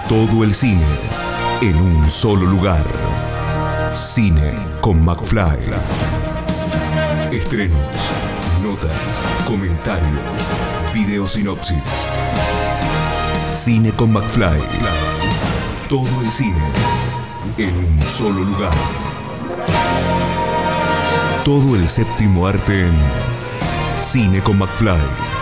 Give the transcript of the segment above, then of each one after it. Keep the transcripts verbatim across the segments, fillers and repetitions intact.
Todo el cine en un solo lugar. Cine con McFly. Estrenos, notas, comentarios, videosinopsis. Cine con McFly. Todo el cine en un solo lugar. Todo el séptimo arte en Cine con McFly.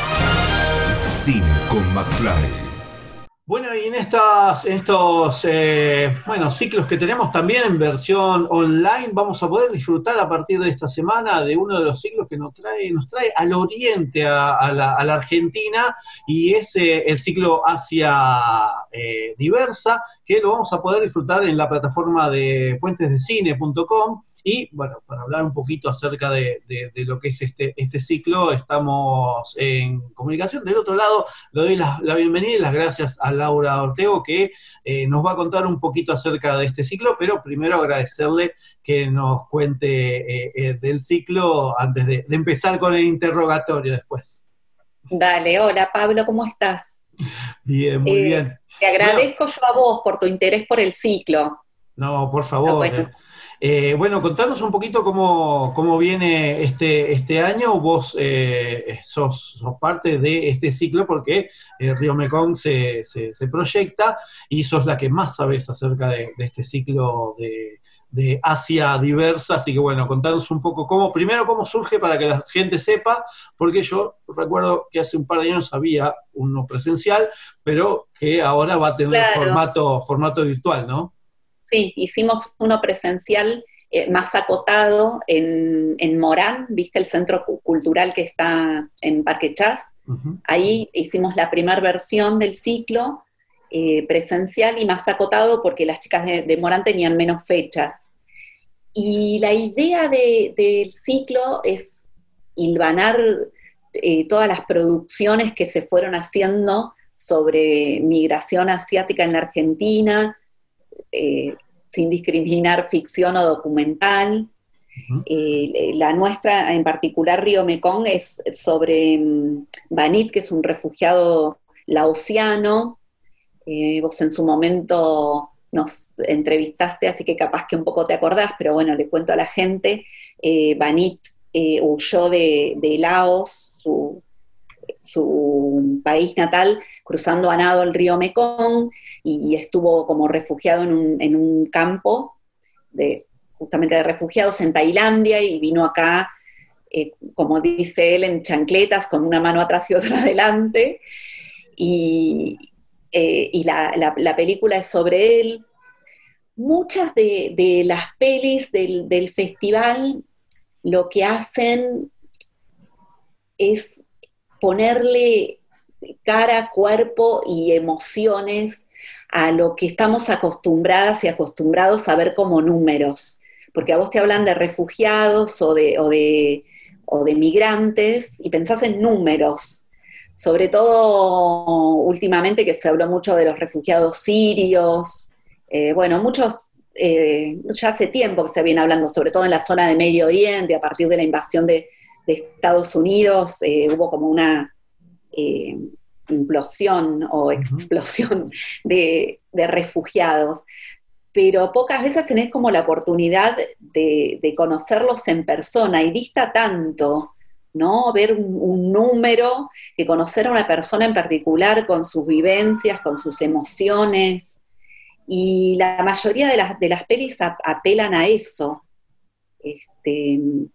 Cine con McFly. Bueno, y en, estas, en estos eh, bueno, ciclos que tenemos también en versión online, vamos a poder disfrutar a partir de esta semana de uno de los ciclos que nos trae, nos trae al oriente, a, a, la, a la Argentina, y es eh, el ciclo Asia eh, Diversa, que lo vamos a poder disfrutar en la plataforma de puentes de cine punto com. Y bueno, para hablar un poquito acerca de, de, de lo que es este, este ciclo, estamos en comunicación. Del otro lado, le doy la, la bienvenida y las gracias a Laura Ortego, que eh, nos va a contar un poquito acerca de este ciclo, pero primero agradecerle que nos cuente eh, eh, del ciclo antes de, de empezar con el interrogatorio después. Dale, hola Pablo, ¿cómo estás? Bien, muy eh, bien. Te agradezco bueno, yo a vos por tu interés por el ciclo. No, por favor. Bueno. Eh. Eh, bueno, contanos un poquito cómo, cómo viene este, este año. Vos eh, sos, sos parte de este ciclo porque eh, Río Mekong se, se, se proyecta y sos la que más sabés acerca de, de este ciclo de, de Asia Diversa. Así que bueno, contanos un poco cómo, primero cómo surge para que la gente sepa, porque yo recuerdo que hace un par de años había uno presencial, pero que ahora va a tener claro. formato, formato virtual, ¿no? Sí, hicimos uno presencial eh, más acotado en, en Morán, ¿viste el centro cultural que está en Parque Chas? Uh-huh. Ahí hicimos la primera versión del ciclo eh, presencial y más acotado porque las chicas de, de Morán tenían menos fechas. Y la idea de, del ciclo es hilvanar eh, todas las producciones que se fueron haciendo sobre migración asiática en la Argentina, Eh, sin discriminar ficción o documental. Uh-huh. Eh, la nuestra, en particular Río Mekong, es sobre um, Banit, que es un refugiado laosiano. Eh, vos en su momento nos entrevistaste, así que capaz que un poco te acordás, pero bueno, le cuento a la gente. Eh, Banit eh, huyó de, de Laos, su su país natal, cruzando a nado el río Mekong, y estuvo como refugiado en un, en un campo de, justamente de refugiados en Tailandia, y vino acá, eh, como dice él, en chancletas, con una mano atrás y otra adelante, y, eh, y la, la, la película es sobre él. Muchas de, de las pelis del, del festival lo que hacen es ponerle cara, cuerpo y emociones a lo que estamos acostumbradas y acostumbrados a ver como números, porque a vos te hablan de refugiados o de, o de, o de migrantes y pensás en números, sobre todo últimamente que se habló mucho de los refugiados sirios, eh, bueno, muchos, eh, ya hace tiempo que se viene hablando, sobre todo en la zona de Medio Oriente, a partir de la invasión de de Estados Unidos, eh, hubo como una eh, implosión o explosión de, de refugiados, pero pocas veces tenés como la oportunidad de, de conocerlos en persona, y dista tanto, ¿no? Ver un, un número que conocer a una persona en particular con sus vivencias, con sus emociones, y la mayoría de las, de las pelis ap- apelan a eso, este...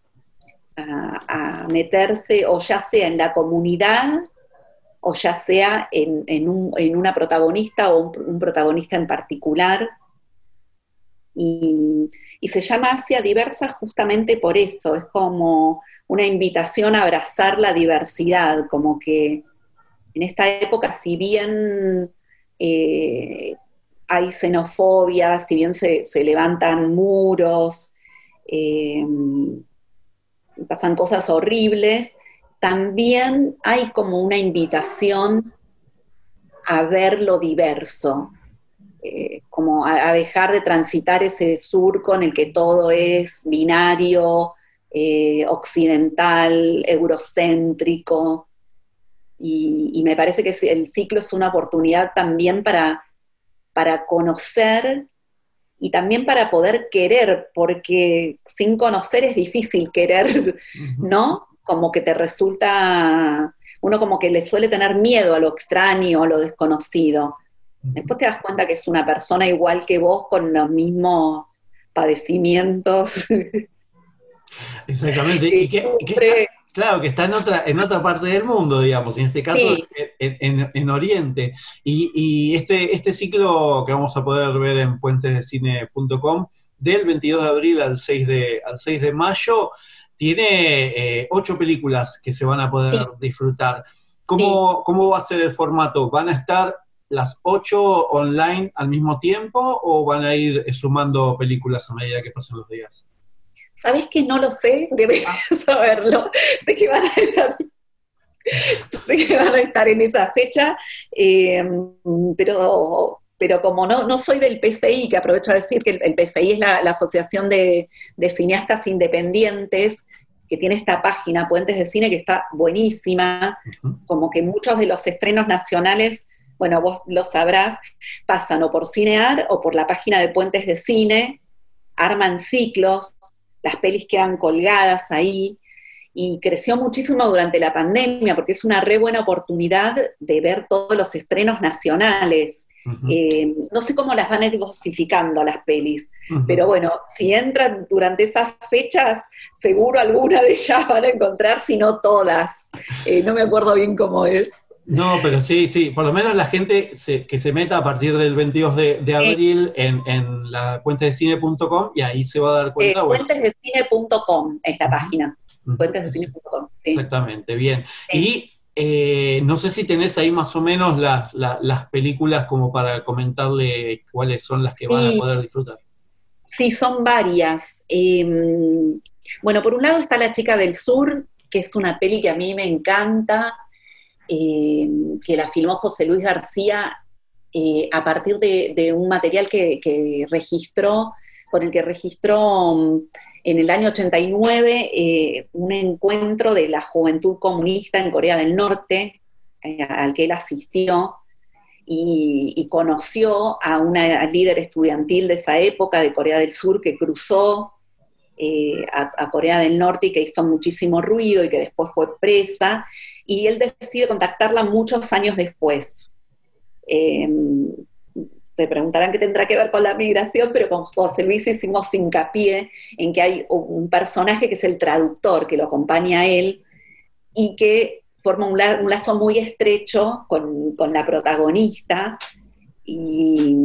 A, a meterse, o ya sea en la comunidad, o ya sea en, en, un, en una protagonista o un, un protagonista en particular. Y, y se llama Asia Diversa justamente por eso, es como una invitación a abrazar la diversidad, como que en esta época, si bien eh, hay xenofobia, si bien se, se levantan muros, eh, pasan cosas horribles, también hay como una invitación a ver lo diverso, eh, como a, a dejar de transitar ese surco en el que todo es binario, eh, occidental, eurocéntrico, y, y me parece que el ciclo es una oportunidad también para para conocer y también para poder querer, porque sin conocer es difícil querer, ¿no? Como que te resulta, uno como que le suele tener miedo a lo extraño, a lo desconocido. Después te das cuenta que es una persona igual que vos, con los mismos padecimientos. Exactamente, y que, y que está, claro, que está en otra, en otra parte del mundo, digamos, en este caso Sí. en, en, en Oriente. Y, y este, este ciclo que vamos a poder ver en puentes de cine punto com, del veintidós de abril al seis de, al seis de mayo, tiene eh, ocho películas que se van a poder sí. disfrutar. ¿Cómo, sí. ¿Cómo va a ser el formato? ¿Van a estar las ocho online al mismo tiempo o van a ir sumando películas a medida que pasen los días? ¿Sabés que no lo sé? Deberías saberlo. Sé que van a estar, sé que van a estar en esa fecha, eh, pero, pero como no, no soy del P C I, que aprovecho a decir que el, el P C I es la, la Asociación de, de Cineastas Independientes, que tiene esta página, Puentes de Cine, que está buenísima, uh-huh. Como que muchos de los estrenos nacionales, bueno, vos lo sabrás, pasan o por Cinear o por la página de Puentes de Cine, arman ciclos, las pelis quedan colgadas ahí, y creció muchísimo durante la pandemia, porque es una re buena oportunidad de ver todos los estrenos nacionales. Uh-huh. Eh, no sé cómo las van a ir dosificando a las pelis, uh-huh. Pero bueno, si entran durante esas fechas, seguro alguna de ellas van a encontrar, si no todas. Eh, no me acuerdo bien cómo es. No, pero sí, sí, por lo menos la gente se, que se meta a partir del veintidós de, de abril en, en la puentes de cine punto com y ahí se va a dar cuenta. Eh, bueno. puentes de cine punto com es la página. Uh-huh. puentes de cine punto com, sí. Exactamente, bien. Sí. Y eh, no sé si tenés ahí más o menos las, las, las películas como para comentarle cuáles son las que sí. van a poder disfrutar. Sí, son varias. Eh, bueno, por un lado está La Chica del Sur, que es una peli que a mí me encanta, Eh, que la filmó José Luis García eh, a partir de, de un material que, que registró, con el que registró um, en el año ochenta y nueve eh, un encuentro de la juventud comunista en Corea del Norte, eh, al que él asistió, y, y conoció a una líder estudiantil de esa época, de Corea del Sur, que cruzó eh, a, a Corea del Norte y que hizo muchísimo ruido y que después fue presa, y él decide contactarla muchos años después. Eh, te preguntarán qué tendrá que ver con la migración, pero con José Luis hicimos hincapié en que hay un personaje que es el traductor, que lo acompaña a él, y que forma un, la, un lazo muy estrecho con, con la protagonista, y,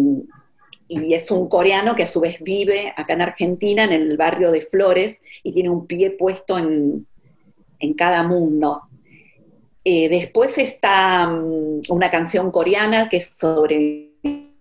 y es un coreano que a su vez vive acá en Argentina, en el barrio de Flores, y tiene un pie puesto en, en cada mundo. Eh, después está um, una canción coreana que es sobre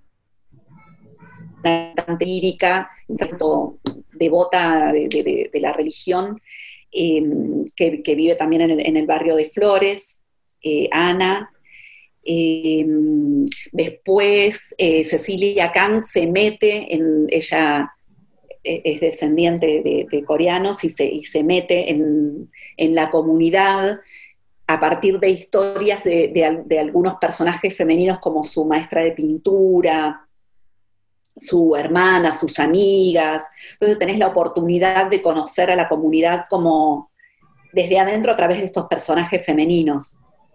una cantante lírica, tanto devota de, de, de la religión, eh, que, que vive también en el, en el barrio de Flores, eh, Ana. Eh, después eh, Cecilia Kang se mete en, ella es descendiente de, de coreanos y se, y se mete en, en la comunidad a partir de historias de, de, de algunos personajes femeninos, como su maestra de pintura, su hermana, sus amigas. Entonces tenés la oportunidad de conocer a la comunidad como desde adentro a través de estos personajes femeninos.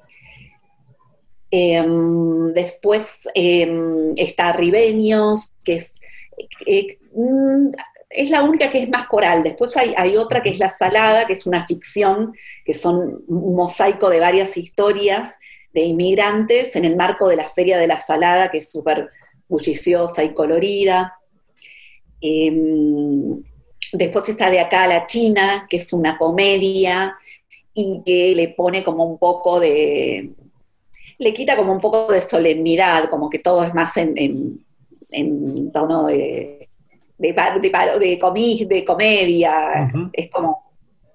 Eh, después eh, está Ribeños, que es, eh, es la única que es más coral. Después hay, hay otra que es La Salada, que es una ficción, que son un mosaico de varias historias de inmigrantes en el marco de la Feria de la Salada, que es súper bulliciosa y colorida. Eh, después está De Acá a la China, que es una comedia y que le pone como un poco de... le quita como un poco de solemnidad, como que todo es más en, en, en tono de, de, de, de, comi, de comedia, uh-huh. Es como...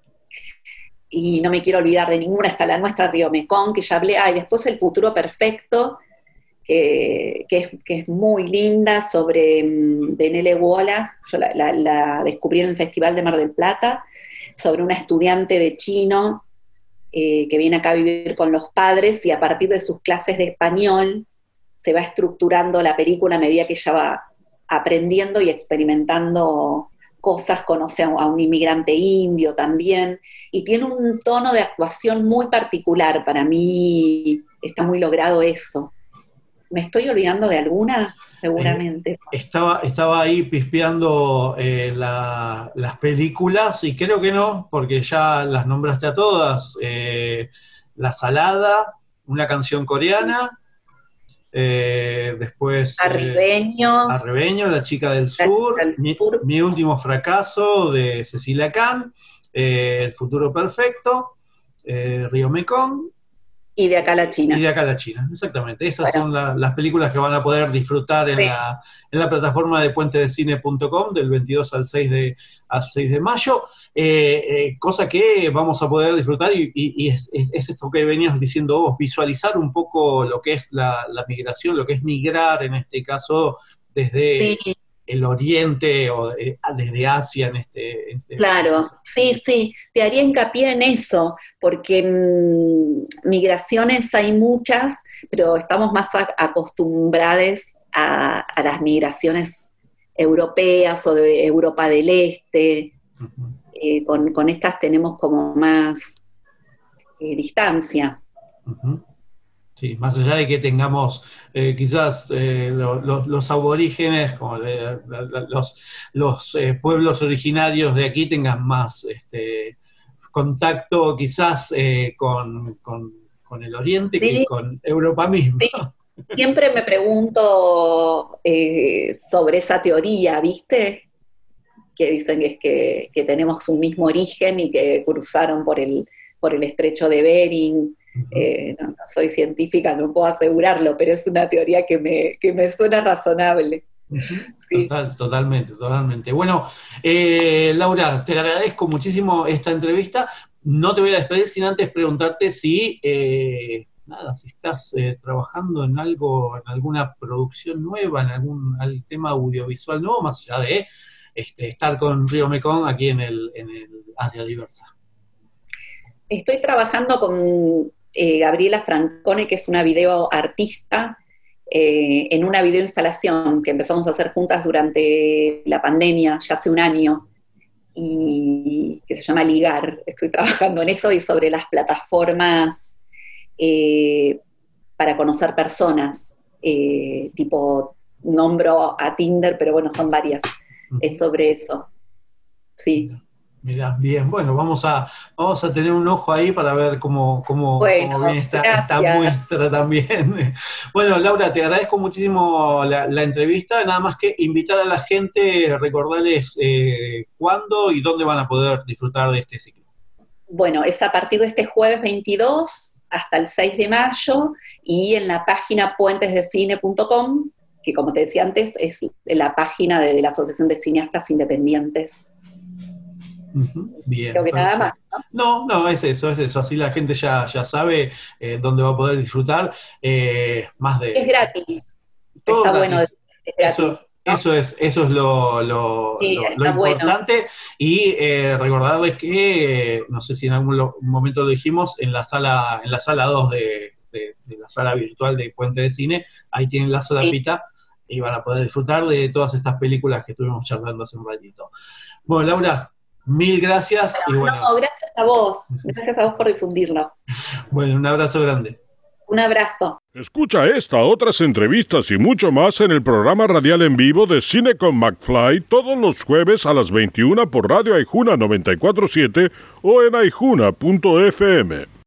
Y no me quiero olvidar de ninguna, está la nuestra Río Mekong, que ya hablé, ah, y después El Futuro Perfecto, que, que, es, que es muy linda, sobre de Nele Wola, yo la, la, la descubrí en el Festival de Mar del Plata, sobre una estudiante de chino eh, que viene acá a vivir con los padres, y a partir de sus clases de español se va estructurando la película a medida que ella va aprendiendo y experimentando cosas, conoce a un inmigrante indio también, y tiene un tono de actuación muy particular. Para mí está muy logrado eso. ¿Me estoy olvidando de alguna? Seguramente. Eh, estaba, estaba ahí pispeando eh, la, las películas, y creo que no, porque ya las nombraste a todas. Eh, La Salada, una canción coreana, eh, después... Arribeños. Eh, Arribeños, La Chica del Sur, Chica del mi, Sur. Mi Último Fracaso, de Cecilia Khan, eh, El Futuro Perfecto, eh, Río Mekong. Y de acá a la China. Y de acá a la China, exactamente. Esas bueno. son la, las películas que van a poder disfrutar en, sí. la, en la plataforma de puente de cine punto com del veintidós al seis de mayo, eh, eh, cosa que vamos a poder disfrutar, y, y, y es, es, es esto que venías diciendo vos, visualizar un poco lo que es la, la migración, lo que es migrar, en este caso, desde... Sí. el Oriente o eh, desde Asia en este... En este claro, proceso. sí, sí, te haría hincapié en eso, porque mmm, migraciones hay muchas, pero estamos más a, acostumbrados a, a las migraciones europeas o de Europa del Este. Uh-huh. eh, con, con estas tenemos como más eh, distancia. Uh-huh. Sí, más allá de que tengamos eh, quizás eh, lo, lo, los aborígenes, como eh, los, los eh, pueblos originarios de aquí tengan más este, contacto quizás eh, con, con, con el Oriente, sí, que con Europa misma. Sí. Siempre me pregunto eh, sobre esa teoría, ¿viste? Que dicen que es que, que tenemos un mismo origen y que cruzaron por el, por el estrecho de Bering. Eh, no, no soy científica, no puedo asegurarlo, pero es una teoría que me, que me suena razonable. Uh-huh. Sí. Total, totalmente, totalmente. Bueno, eh, Laura, te agradezco muchísimo esta entrevista. No te voy a despedir sin antes preguntarte si, eh, nada, si estás eh, trabajando en algo, en alguna producción nueva, en algún el tema audiovisual nuevo, más allá de este, estar con Río Mekong aquí en el, en el Asia Diversa. Estoy trabajando con Eh, Gabriela Francone, que es una videoartista, eh, en una videoinstalación que empezamos a hacer juntas durante la pandemia, ya hace un año, y que se llama Ligar. Estoy trabajando en eso y sobre las plataformas eh, para conocer personas, eh, tipo, nombro a Tinder, pero bueno, son varias. Es sobre eso. Sí. Mirá, bien, bueno, vamos a vamos a tener un ojo ahí para ver cómo, cómo, bueno, cómo viene esta, esta muestra también. Bueno, Laura, te agradezco muchísimo la, la entrevista, nada más que invitar a la gente, recordarles eh, cuándo y dónde van a poder disfrutar de este ciclo. Bueno, es a partir de este jueves veintidós hasta el seis de mayo, y en la página puentes de cine punto com, que como te decía antes, es la página de, de la Asociación de Cineastas Independientes. Uh-huh. Bien, creo que perfecto. Nada más, ¿no? No, no, es eso, es eso, así la gente ya, ya sabe eh, dónde va a poder disfrutar eh, más de... Es gratis, todo está gratis. Bueno, es gratis. Eso, ¿no? eso es, eso es lo, lo, sí, lo, lo importante, bueno. Y eh, recordarles que, no sé si en algún lo, momento lo dijimos, en la sala, en la sala dos de, de, de la sala virtual de Puente de Cine, ahí tienen la solapita, sí. Y van a poder disfrutar de todas estas películas que estuvimos charlando hace un ratito. Bueno, Laura, mil gracias. Bueno, y bueno, no, gracias a vos. Gracias a vos por difundirlo. Bueno, un abrazo grande. Un abrazo. Escucha esta, otras entrevistas y mucho más en el programa radial en vivo de Cine con McFly todos los jueves a las veintiuna por Radio Aijuna noventa y cuatro punto siete o en aijuna punto f m.